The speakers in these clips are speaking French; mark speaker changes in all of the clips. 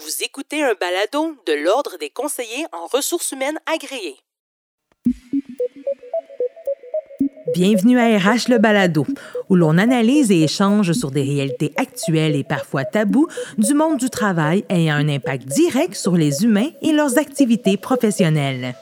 Speaker 1: Vous écoutez un balado de l'Ordre des conseillers en ressources humaines agréés.
Speaker 2: Bienvenue à RH le balado, où l'on analyse et échange sur des réalités actuelles et parfois tabous du monde du travail ayant un impact direct sur les humains et leurs activités professionnelles.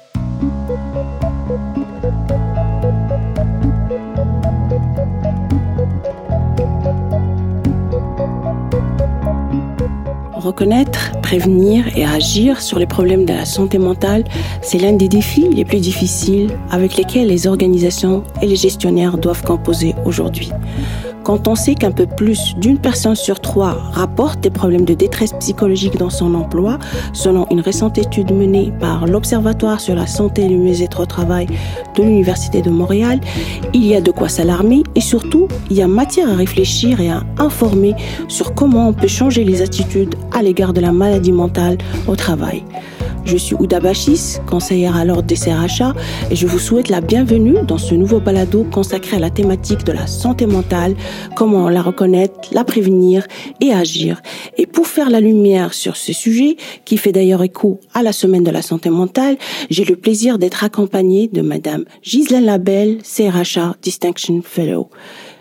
Speaker 3: Reconnaître, prévenir et agir sur les problèmes de la santé mentale, c'est l'un des défis les plus difficiles avec lesquels les organisations et les gestionnaires doivent composer aujourd'hui. Quand on sait qu'un peu plus d'une personne sur 3 rapporte des problèmes de détresse psychologique dans son emploi, selon une récente étude menée par l'Observatoire sur la santé et le mieux-être au travail de l'Université de Montréal, il y a de quoi s'alarmer et surtout, il y a matière à réfléchir et à informer sur comment on peut changer les attitudes à l'égard de la maladie mentale au travail. Je suis Ouda Bachis, conseillère à l'Ordre des CRHA, et je vous souhaite la bienvenue dans ce nouveau balado consacré à la thématique de la santé mentale, comment la reconnaître, la prévenir et agir. Et pour faire la lumière sur ce sujet, qui fait d'ailleurs écho à la semaine de la santé mentale, j'ai le plaisir d'être accompagnée de Madame Ghislaine Labelle, CRHA Distinction Fellow.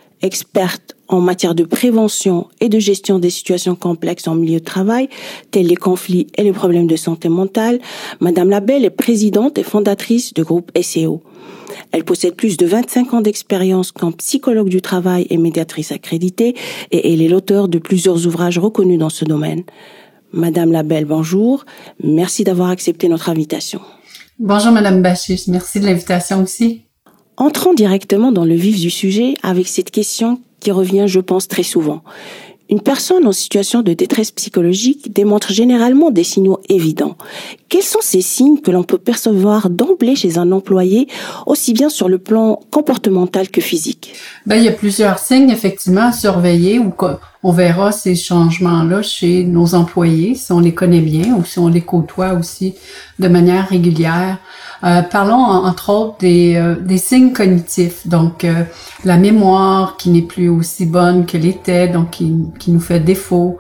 Speaker 3: Experte en matière de prévention et de gestion des situations complexes en milieu de travail, tels les conflits et les problèmes de santé mentale, Madame Labelle est présidente et fondatrice du groupe SEO. Elle possède plus de 25 ans d'expérience comme psychologue du travail et médiatrice accréditée et elle est l'auteur de plusieurs ouvrages reconnus dans ce domaine. Madame Labelle, bonjour. Merci d'avoir accepté notre invitation.
Speaker 4: Bonjour Madame Bachis, merci de l'invitation aussi.
Speaker 3: Entrons directement dans le vif du sujet avec cette question qui revient, je pense, très souvent. Une personne en situation de détresse psychologique démontre généralement des signaux évidents. Quels sont ces signes que l'on peut percevoir d'emblée chez un employé, aussi bien sur le plan comportemental que physique?
Speaker 4: Il y a plusieurs signes, effectivement, à surveiller ou on verra ces changements-là chez nos employés, si on les connaît bien ou si on les côtoie aussi de manière régulière. Parlons entre autres des signes cognitifs, donc la mémoire qui n'est plus aussi bonne que l'était, donc qui nous fait défaut,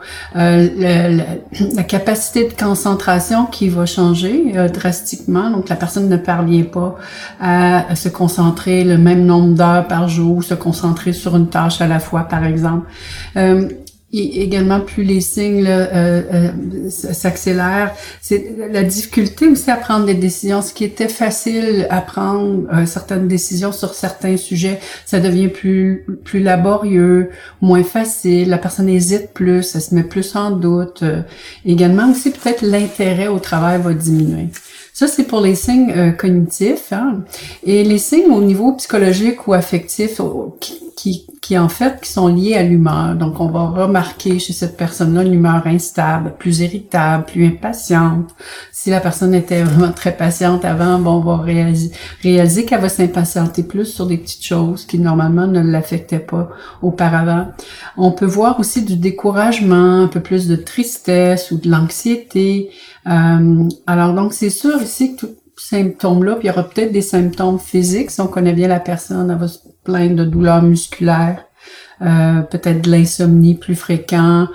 Speaker 4: la capacité de concentration qui va changer drastiquement, donc la personne ne parvient pas à se concentrer le même nombre d'heures par jour, se concentrer sur une tâche à la fois, par exemple. Et également, plus les signes s'accélèrent, c'est la difficulté aussi à prendre des décisions. Ce qui était facile à prendre certaines décisions sur certains sujets, ça devient plus laborieux, moins facile. La personne hésite plus, elle se met plus en doute. Également aussi, peut-être l'intérêt au travail va diminuer. Ça, c'est pour les signes cognitifs. Hein. Et les signes au niveau psychologique ou affectif qui en fait qui sont liés à l'humeur. Donc, on va remarquer chez cette personne-là une humeur instable, plus irritable, plus impatiente. Si la personne était vraiment très patiente avant, on va réaliser qu'elle va s'impatienter plus sur des petites choses qui normalement ne l'affectaient pas auparavant. On peut voir aussi du découragement, un peu plus de tristesse ou de l'anxiété. Alors donc, c'est sûr ici que tous ces symptômes-là, puis il y aura peut-être des symptômes physiques. Si on connaît bien la personne, elle va se plaindre de douleurs musculaires, peut-être de l'insomnie plus fréquent,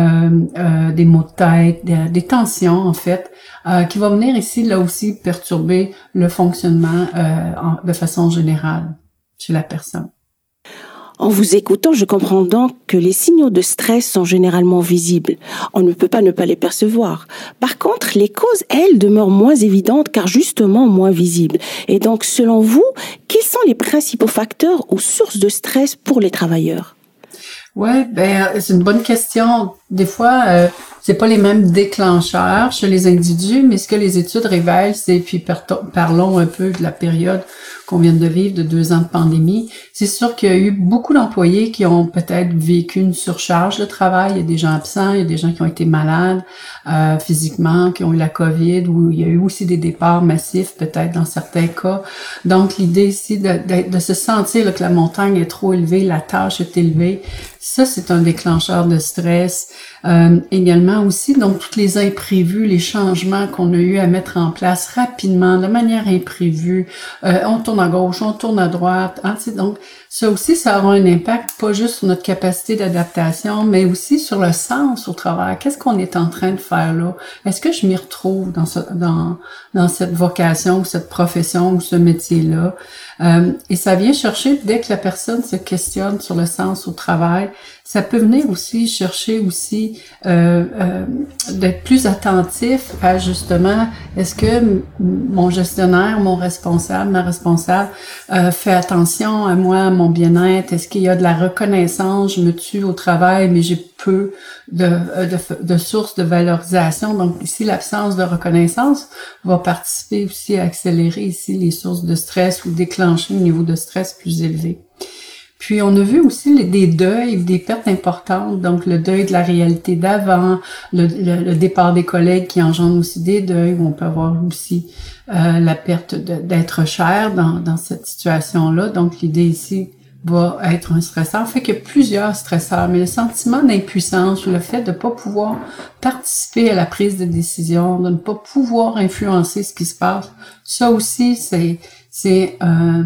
Speaker 4: des maux de tête, des tensions en fait, qui va venir ici là aussi perturber le fonctionnement de façon générale chez la personne.
Speaker 3: En vous écoutant, je comprends donc que les signaux de stress sont généralement visibles. On ne peut pas ne pas les percevoir. Par contre, les causes, elles, demeurent moins évidentes car justement moins visibles. Et donc, selon vous, quels sont les principaux facteurs ou sources de stress pour les travailleurs?
Speaker 4: Ouais, c'est une bonne question. Des fois, c'est pas les mêmes déclencheurs chez les individus, mais ce que les études révèlent, c'est, puis parlons un peu de la période qu'on vient de vivre de 2 ans de pandémie. C'est sûr qu'il y a eu beaucoup d'employés qui ont peut-être vécu une surcharge de travail. Il y a des gens absents, il y a des gens qui ont été malades physiquement, qui ont eu la COVID, ou il y a eu aussi des départs massifs peut-être dans certains cas. Donc l'idée ici de se sentir là, que la montagne est trop élevée, la tâche est élevée, ça c'est un déclencheur de stress. Également aussi, donc, tous les imprévus, les changements qu'on a eu à mettre en place rapidement, de manière imprévue. On tourne à gauche, on tourne à droite. Hein, donc, ça aussi, ça aura un impact, pas juste sur notre capacité d'adaptation, mais aussi sur le sens au travail. Qu'est-ce qu'on est en train de faire là? Est-ce que je m'y retrouve dans cette vocation ou cette profession ou ce métier-là? Et ça vient chercher, dès que la personne se questionne sur le sens au travail, ça peut venir aussi chercher aussi d'être plus attentif à justement, est-ce que mon gestionnaire, mon responsable, ma responsable fait attention à moi, à mon bien-être? Est-ce qu'il y a de la reconnaissance? Je me tue au travail, mais j'ai peu de sources de valorisation. Donc ici, l'absence de reconnaissance va participer aussi à accélérer ici les sources de stress ou déclencher un niveau de stress plus élevé. Puis, on a vu aussi des deuils, des pertes importantes, donc le deuil de la réalité d'avant, le départ des collègues qui engendre aussi des deuils, où on peut avoir aussi la perte d'être cher dans cette situation-là. Donc, l'idée ici va être un stresseur. Fait qu'il y a plusieurs stresseurs, mais le sentiment d'impuissance ou le fait de ne pas pouvoir participer à la prise de décision, de ne pas pouvoir influencer ce qui se passe, ça aussi, c'est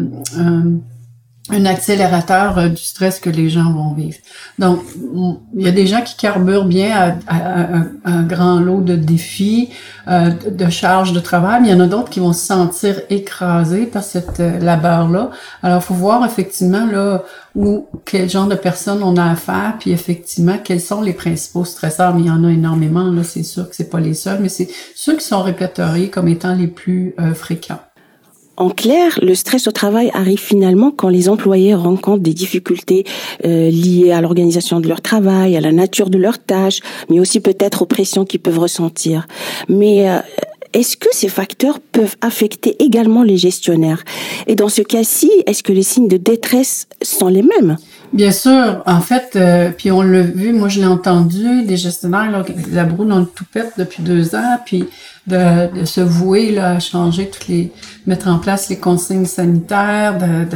Speaker 4: un accélérateur du stress que les gens vont vivre. Donc, il y a des gens qui carburent bien à un grand lot de défis, de charges de travail, mais il y en a d'autres qui vont se sentir écrasés par cette labeur-là. Alors, il faut voir effectivement là quel genre de personnes on a affaire, puis effectivement, quels sont les principaux stresseurs. Mais il y en a énormément, là, c'est sûr que c'est pas les seuls, mais c'est ceux qui sont répertoriés comme étant les plus fréquents.
Speaker 3: En clair, le stress au travail arrive finalement quand les employés rencontrent des difficultés liées à l'organisation de leur travail, à la nature de leurs tâches, mais aussi peut-être aux pressions qu'ils peuvent ressentir. Mais est-ce que ces facteurs peuvent affecter également les gestionnaires? Et dans ce cas-ci, est-ce que les signes de détresse sont les mêmes?
Speaker 4: Bien sûr. En fait, puis on l'a vu, moi je l'ai entendu, des gestionnaires, là, la broue dans le toupette depuis 2 ans, puis de se vouer là, à changer mettre en place les consignes sanitaires,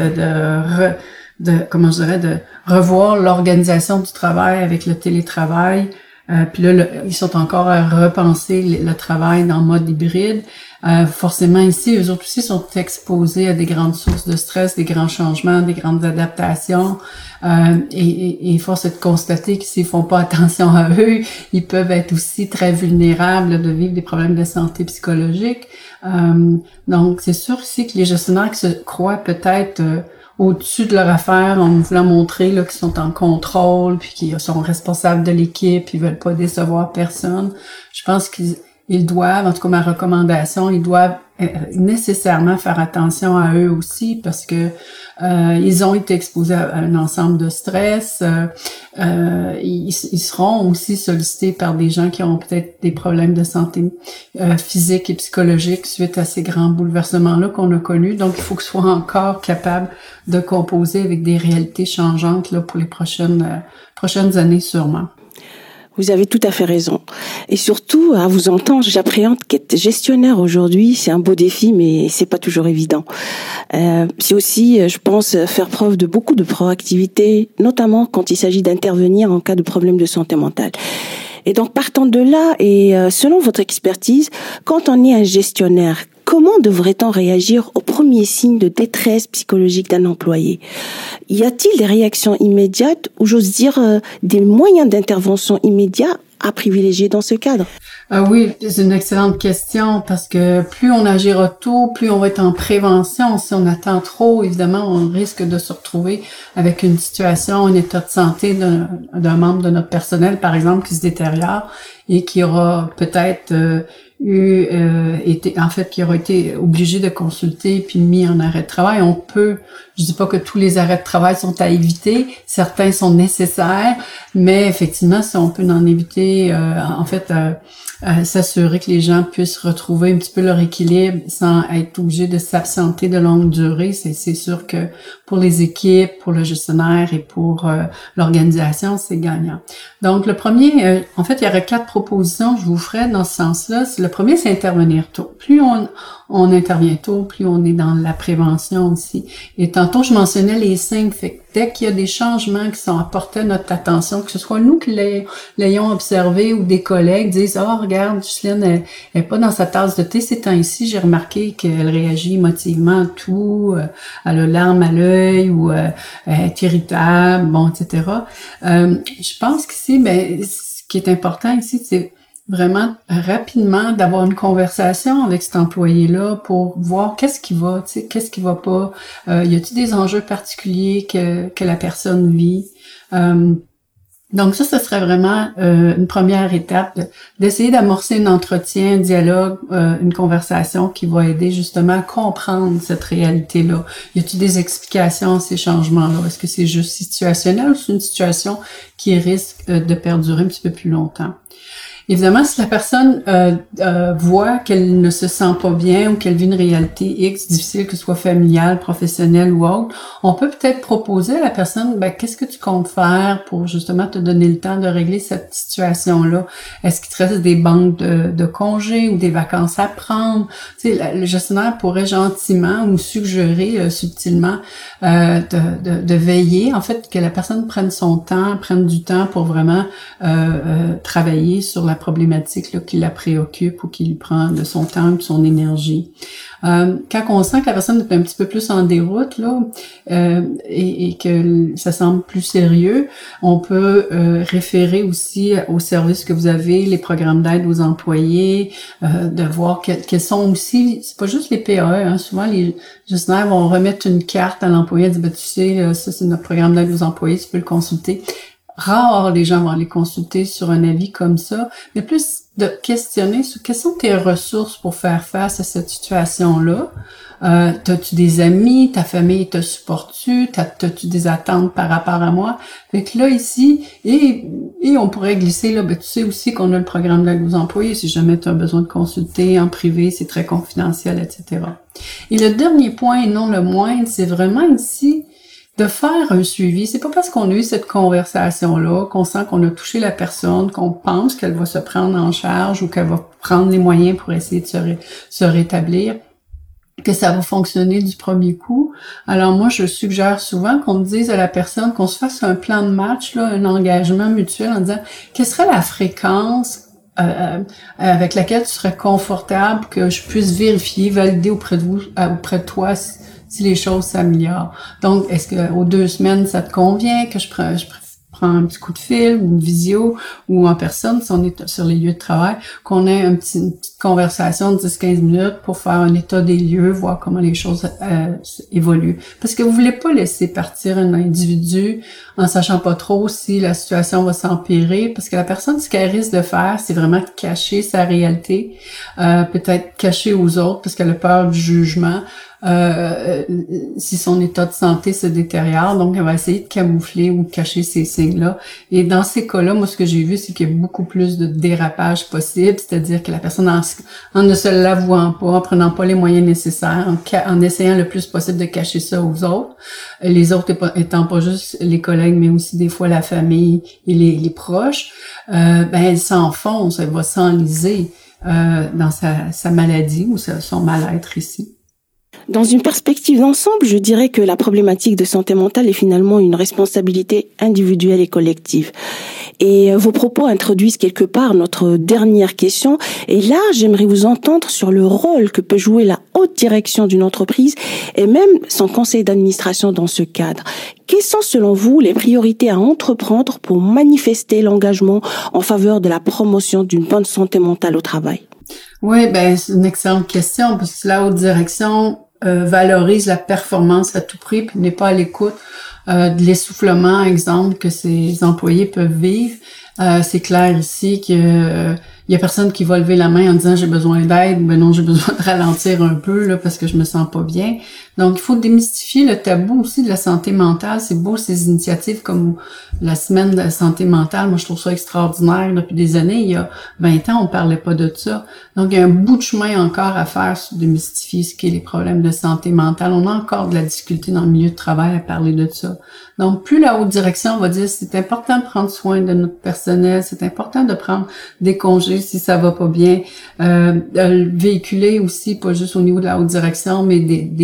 Speaker 4: de revoir l'organisation du travail avec le télétravail. Puis là, ils sont encore à repenser le travail dans le mode hybride. Forcément, ici, eux autres aussi sont exposés à des grandes sources de stress, des grands changements, des grandes adaptations. Et force est de constater que s'ils font pas attention à eux, ils peuvent être aussi très vulnérables de vivre des problèmes de santé psychologique. Donc, c'est sûr aussi que les gestionnaires qui se croient peut-être au-dessus de leur affaire en voulant montrer là qu'ils sont en contrôle puis qu'ils sont responsables de l'équipe, ils veulent pas décevoir personne. Je pense qu'ils doivent, en tout cas ma recommandation, ils doivent nécessairement faire attention à eux aussi parce que ils ont été exposés à un ensemble de stress. Ils seront aussi sollicités par des gens qui ont peut-être des problèmes de santé physique et psychologique suite à ces grands bouleversements-là qu'on a connus. Donc, il faut qu'ils soient encore capables de composer avec des réalités changeantes là pour les prochaines années sûrement.
Speaker 3: Vous avez tout à fait raison. Et surtout, à vous entendre, j'appréhende qu'être gestionnaire aujourd'hui, c'est un beau défi, mais c'est pas toujours évident. C'est aussi, je pense, faire preuve de beaucoup de proactivité, notamment quand il s'agit d'intervenir en cas de problème de santé mentale. Et donc, partant de là, et selon votre expertise, quand on est un gestionnaire, comment devrait-on réagir aux premiers signes de détresse psychologique d'un employé? Y a-t-il des réactions immédiates ou j'ose dire des moyens d'intervention immédiats à privilégier dans ce cadre?
Speaker 4: Oui, c'est une excellente question parce que plus on agira tôt, plus on va être en prévention. Si on attend trop, évidemment, on risque de se retrouver avec une situation, un état de santé d'un membre de notre personnel, par exemple, qui se détériore et qui aura peut-être qui aura été obligé de consulter puis mis en arrêt de travail. Je dis pas que tous les arrêts de travail sont à éviter, certains sont nécessaires, mais effectivement, si on peut en éviter, s'assurer que les gens puissent retrouver un petit peu leur équilibre sans être obligés de s'absenter de longue durée, c'est sûr que pour les équipes, pour le gestionnaire et pour l'organisation, c'est gagnant. Donc, le premier, en fait, il y aurait 4 propositions que je vous ferais dans ce sens-là. Le premier, c'est intervenir tôt. Plus on intervient tôt, plus on est dans la prévention aussi. Et tantôt, je mentionnais les signes. Fait dès qu'il y a des changements qui sont apportés à notre attention, que ce soit nous qui l'ayons observé ou des collègues disent « Oh, regarde, Justine, elle est pas dans sa tasse de thé ces temps-ci, j'ai remarqué qu'elle réagit émotivement à tout, elle a larmes à l'œil ou elle est irritable, bon, etc. » Je pense qu'ici, ce qui est important ici, c'est vraiment rapidement d'avoir une conversation avec cet employé-là pour voir qu'est-ce qui va, tu sais, qu'est-ce qui va pas, y a-t-il des enjeux particuliers que la personne vit. Donc ça, ce serait vraiment une première étape d'essayer d'amorcer un entretien, un dialogue, une conversation qui va aider justement à comprendre cette réalité-là. Y a-t-il des explications à ces changements-là? Est-ce que c'est juste situationnel ou c'est une situation qui risque de perdurer un petit peu plus longtemps? Évidemment, si la personne voit qu'elle ne se sent pas bien ou qu'elle vit une réalité X difficile, que ce soit familiale, professionnelle ou autre, on peut peut-être proposer à la personne, qu'est-ce que tu comptes faire pour justement te donner le temps de régler cette situation-là? Est-ce qu'il te reste des banques de congés ou des vacances à prendre? Tu sais, le gestionnaire pourrait gentiment ou suggérer subtilement de veiller, en fait, que la personne prenne son temps, prenne du temps pour vraiment travailler sur la problématique là, qui la préoccupe ou qui lui prend de son temps, de son énergie. Quand on sent que la personne est un petit peu plus en déroute là, et que ça semble plus sérieux, on peut référer aussi aux services que vous avez, les programmes d'aide aux employés, de voir quels sont aussi, c'est pas juste les PAE, hein, souvent les gestionnaires vont remettre une carte à l'employé et dire, tu sais, ça c'est notre programme d'aide aux employés, tu peux le consulter. Rare, les gens vont aller consulter sur un avis comme ça, mais plus de questionner sur quelles sont tes ressources pour faire face à cette situation-là. T'as-tu des amis, ta famille te supporte-tu, t'as-tu des attentes par rapport à moi? Fait que là, ici, et on pourrait glisser, là, tu sais aussi qu'on a le programme d'aide aux employés, si jamais tu as besoin de consulter en privé, c'est très confidentiel, etc. Et le dernier point, et non le moindre, c'est vraiment ici, de faire un suivi. C'est pas parce qu'on a eu cette conversation-là, qu'on sent qu'on a touché la personne, qu'on pense qu'elle va se prendre en charge ou qu'elle va prendre les moyens pour essayer de se rétablir, que ça va fonctionner du premier coup. Alors moi, je suggère souvent qu'on dise à la personne qu'on se fasse un plan de match, là, un engagement mutuel en disant quelle serait la fréquence avec laquelle tu serais confortable que je puisse vérifier, valider auprès de toi si les choses s'améliorent. Donc, est-ce que aux 2 semaines, ça te convient que je prends un petit coup de fil ou une visio ou en personne, si on est sur les lieux de travail, qu'on ait une petite conversation de 10-15 minutes pour faire un état des lieux, voir comment les choses évoluent. Parce que vous voulez pas laisser partir un individu en sachant pas trop si la situation va s'empirer, parce que la personne, ce qu'elle risque de faire, c'est vraiment de cacher sa réalité, peut-être cacher aux autres parce qu'elle a peur du jugement, si son état de santé se détériore, donc elle va essayer de camoufler ou de cacher ces signes-là. Et dans ces cas-là, moi, ce que j'ai vu, c'est qu'il y a beaucoup plus de dérapage possible, c'est-à-dire que la personne, en ne se l'avouant pas, en prenant pas les moyens nécessaires, en essayant le plus possible de cacher ça aux autres, les autres étant pas juste les collègues, mais aussi des fois la famille et les proches, elle s'enfonce, elle va s'enliser dans sa maladie ou son mal-être ici.
Speaker 3: Dans une perspective d'ensemble, je dirais que la problématique de santé mentale est finalement une responsabilité individuelle et collective. Et vos propos introduisent quelque part notre dernière question. Et là, j'aimerais vous entendre sur le rôle que peut jouer la haute direction d'une entreprise et même son conseil d'administration dans ce cadre. Quelles sont, selon vous, les priorités à entreprendre pour manifester l'engagement en faveur de la promotion d'une bonne santé mentale au travail?
Speaker 4: Oui, c'est une excellente question parce que la haute direction valorise la performance à tout prix puis n'est pas à l'écoute de l'essoufflement, exemple, que ces employés peuvent vivre. C'est clair ici que il y a personne qui va lever la main en disant j'ai besoin d'aide, non, j'ai besoin de ralentir un peu là parce que je me sens pas bien. Donc il faut démystifier le tabou aussi de la santé mentale. C'est beau ces initiatives comme la semaine de la santé mentale. Moi je trouve ça extraordinaire depuis des années. Il y a 20 ans on parlait pas de ça. Donc il y a un bout de chemin encore à faire sur démystifier ce qu'est les problèmes de santé mentale. On a encore de la difficulté dans le milieu de travail à parler de ça. Donc plus la haute direction va dire c'est important de prendre soin de notre personnel, c'est important de prendre des congés si ça va pas bien, véhiculer aussi, pas juste au niveau de la haute direction, mais des équipes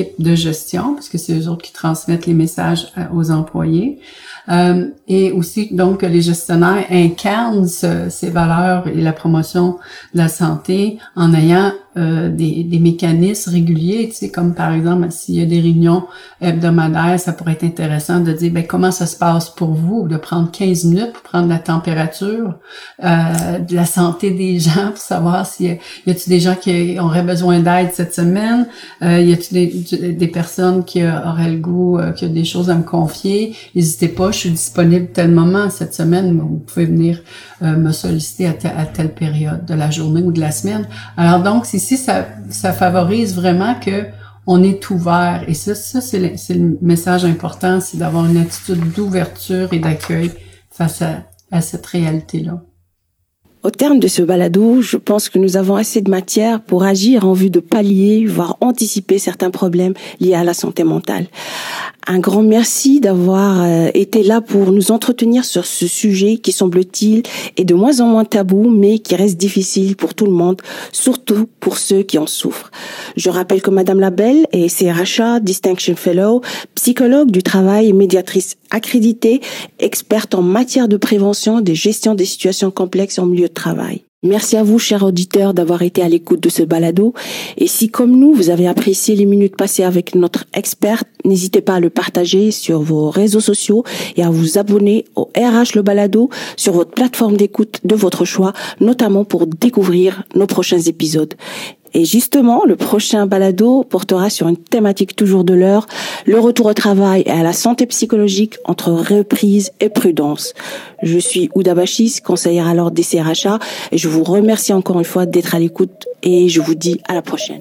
Speaker 4: équipe de gestion, parce que c'est eux autres qui transmettent les messages aux employés. Et aussi, donc, que les gestionnaires incarnent ces valeurs et la promotion de la santé en ayant des mécanismes réguliers, tu sais, comme par exemple, s'il y a des réunions hebdomadaires, ça pourrait être intéressant de dire, comment ça se passe pour vous, de prendre 15 minutes pour prendre la température de la santé des gens, pour savoir y a-t-il des gens qui auraient besoin d'aide cette semaine, y a-t-il des personnes qui auraient le goût, qui ont des choses à me confier, n'hésitez pas, je suis disponible tel moment cette semaine, vous pouvez venir me solliciter à telle période de la journée ou de la semaine. Alors donc, ici, ça favorise vraiment que on est ouvert. Et ça c'est le message important, c'est d'avoir une attitude d'ouverture et d'accueil face à cette réalité-là.
Speaker 3: Au terme de ce balado, je pense que nous avons assez de matière pour agir en vue de pallier, voire anticiper certains problèmes liés à la santé mentale. Un grand merci d'avoir été là pour nous entretenir sur ce sujet qui, semble-t-il, est de moins en moins tabou, mais qui reste difficile pour tout le monde, surtout pour ceux qui en souffrent. Je rappelle que Madame Labelle est CRHA, Distinction Fellow, psychologue du travail et médiatrice accréditée, experte en matière de prévention des gestions des situations complexes en milieu de travail. Merci à vous, chers auditeurs, d'avoir été à l'écoute de ce balado. Et si, comme nous, vous avez apprécié les minutes passées avec notre experte, n'hésitez pas à le partager sur vos réseaux sociaux et à vous abonner au RH Le Balado sur votre plateforme d'écoute de votre choix, notamment pour découvrir nos prochains épisodes. Et justement, le prochain balado portera sur une thématique toujours de l'heure, le retour au travail et à la santé psychologique entre reprise et prudence. Je suis Ouda Bachis, conseillère à l'ordre des CRHA, et je vous remercie encore une fois d'être à l'écoute et je vous dis à la prochaine.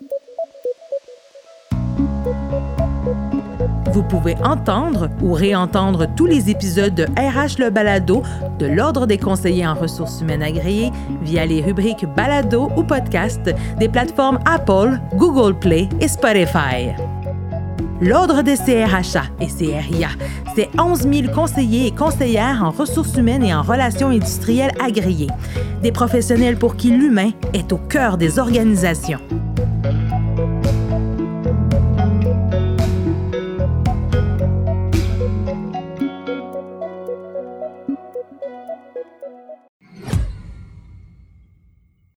Speaker 2: Vous pouvez entendre ou réentendre tous les épisodes de RH Le Balado de l'Ordre des conseillers en ressources humaines agréés via les rubriques Balado ou Podcast des plateformes Apple, Google Play et Spotify. L'Ordre des CRHA et CRIA, c'est 11 000 conseillers et conseillères en ressources humaines et en relations industrielles agréés. Des professionnels pour qui l'humain est au cœur des organisations.